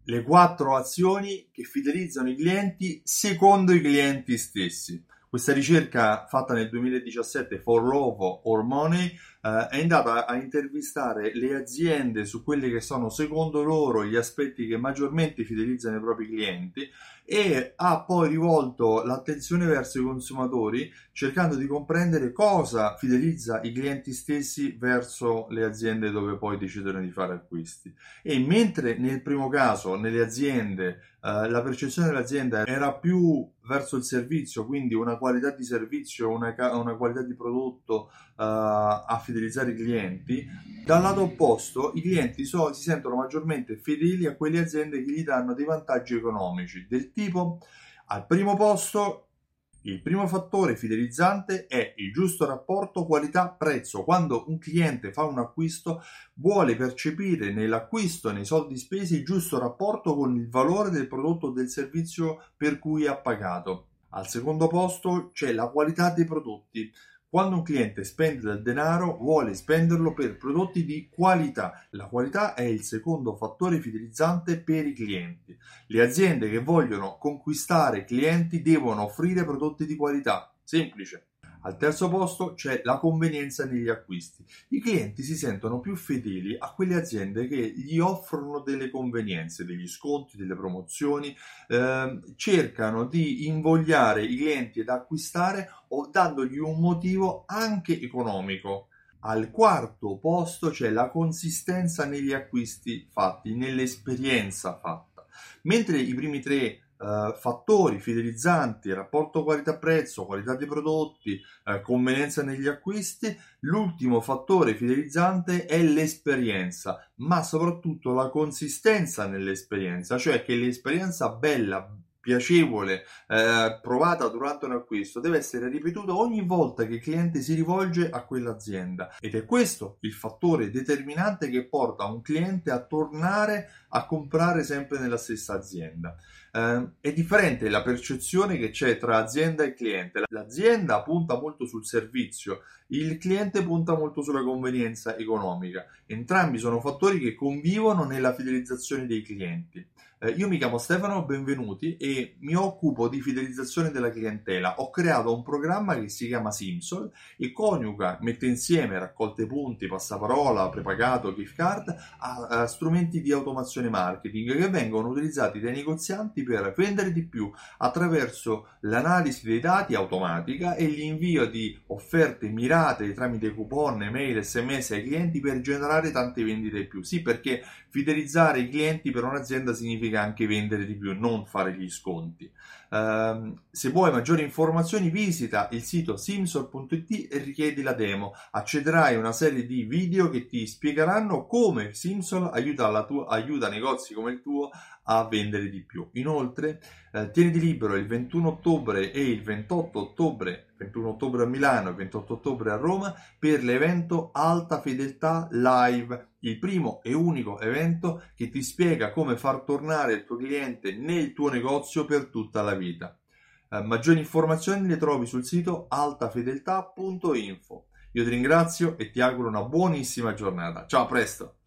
Le 4 azioni che fidelizzano i clienti secondo i clienti stessi. Questa ricerca fatta nel 2017, For Love or Money, è andata a intervistare le aziende su quelli che sono secondo loro gli aspetti che maggiormente fidelizzano i propri clienti e ha poi rivolto l'attenzione verso i consumatori cercando di comprendere cosa fidelizza i clienti stessi verso le aziende dove poi decidono di fare acquisti. E mentre nel primo caso, nelle aziende, la percezione dell'azienda era più verso il servizio, quindi una qualità di servizio, una qualità di prodotto a fidelizzare i clienti, dal lato opposto i clienti si sentono maggiormente fedeli a quelle aziende che gli danno dei vantaggi economici, del tipo al primo posto. Il primo fattore fidelizzante è il giusto rapporto qualità-prezzo. Quando un cliente fa un acquisto, vuole percepire nell'acquisto, nei soldi spesi, il giusto rapporto con il valore del prodotto o del servizio per cui ha pagato. Al secondo posto c'è la qualità dei prodotti. Quando un cliente spende del denaro, vuole spenderlo per prodotti di qualità. La qualità è il secondo fattore fidelizzante per i clienti. Le aziende che vogliono conquistare clienti devono offrire prodotti di qualità. Semplice. Al terzo posto c'è la convenienza negli acquisti. I clienti si sentono più fedeli a quelle aziende che gli offrono delle convenienze, degli sconti, delle promozioni, cercano di invogliare i clienti ad acquistare o dandogli un motivo anche economico. Al quarto posto c'è la consistenza negli acquisti fatti, nell'esperienza fatta. Mentre i primi tre fattori fidelizzanti, rapporto qualità-prezzo, qualità dei prodotti, convenienza negli acquisti, l'ultimo fattore fidelizzante è l'esperienza, ma soprattutto la consistenza nell'esperienza, cioè che l'esperienza bella, piacevole, provata durante un acquisto deve essere ripetuta ogni volta che il cliente si rivolge a quell'azienda, ed è questo il fattore determinante che porta un cliente a tornare a comprare sempre nella stessa azienda. È differente la percezione che c'è tra azienda e cliente. L'azienda punta molto sul servizio, il cliente punta molto sulla convenienza economica. Entrambi sono fattori che convivono nella fidelizzazione dei clienti. Io mi chiamo Stefano, benvenuti, e mi occupo di fidelizzazione della clientela. Ho creato un programma che si chiama Simsol e coniuga, mette insieme raccolte punti, passaparola, prepagato, gift card a strumenti di automazione marketing che vengono utilizzati dai negozianti per vendere di più attraverso l'analisi dei dati automatica e l'invio di offerte mirate tramite coupon, email, sms ai clienti per generare tante vendite in più. Sì, perché fidelizzare i clienti per un'azienda significa anche vendere di più, non fare gli sconti. Se vuoi maggiori informazioni visita il sito simsol.it e richiedi la demo. Accederai a una serie di video che ti spiegheranno come Simsol aiuta negozi come il tuo a vendere di più. Inoltre tieniti libero il 21 ottobre e il 28 ottobre, 21 ottobre a Milano e 28 ottobre a Roma, per l'evento Alta Fedeltà Live, il primo e unico evento che ti spiega come far tornare il tuo cliente nel tuo negozio per tutta la vita. Maggiori informazioni le trovi sul sito altafedeltà.info. Io ti ringrazio e ti auguro una buonissima giornata. Ciao, a presto!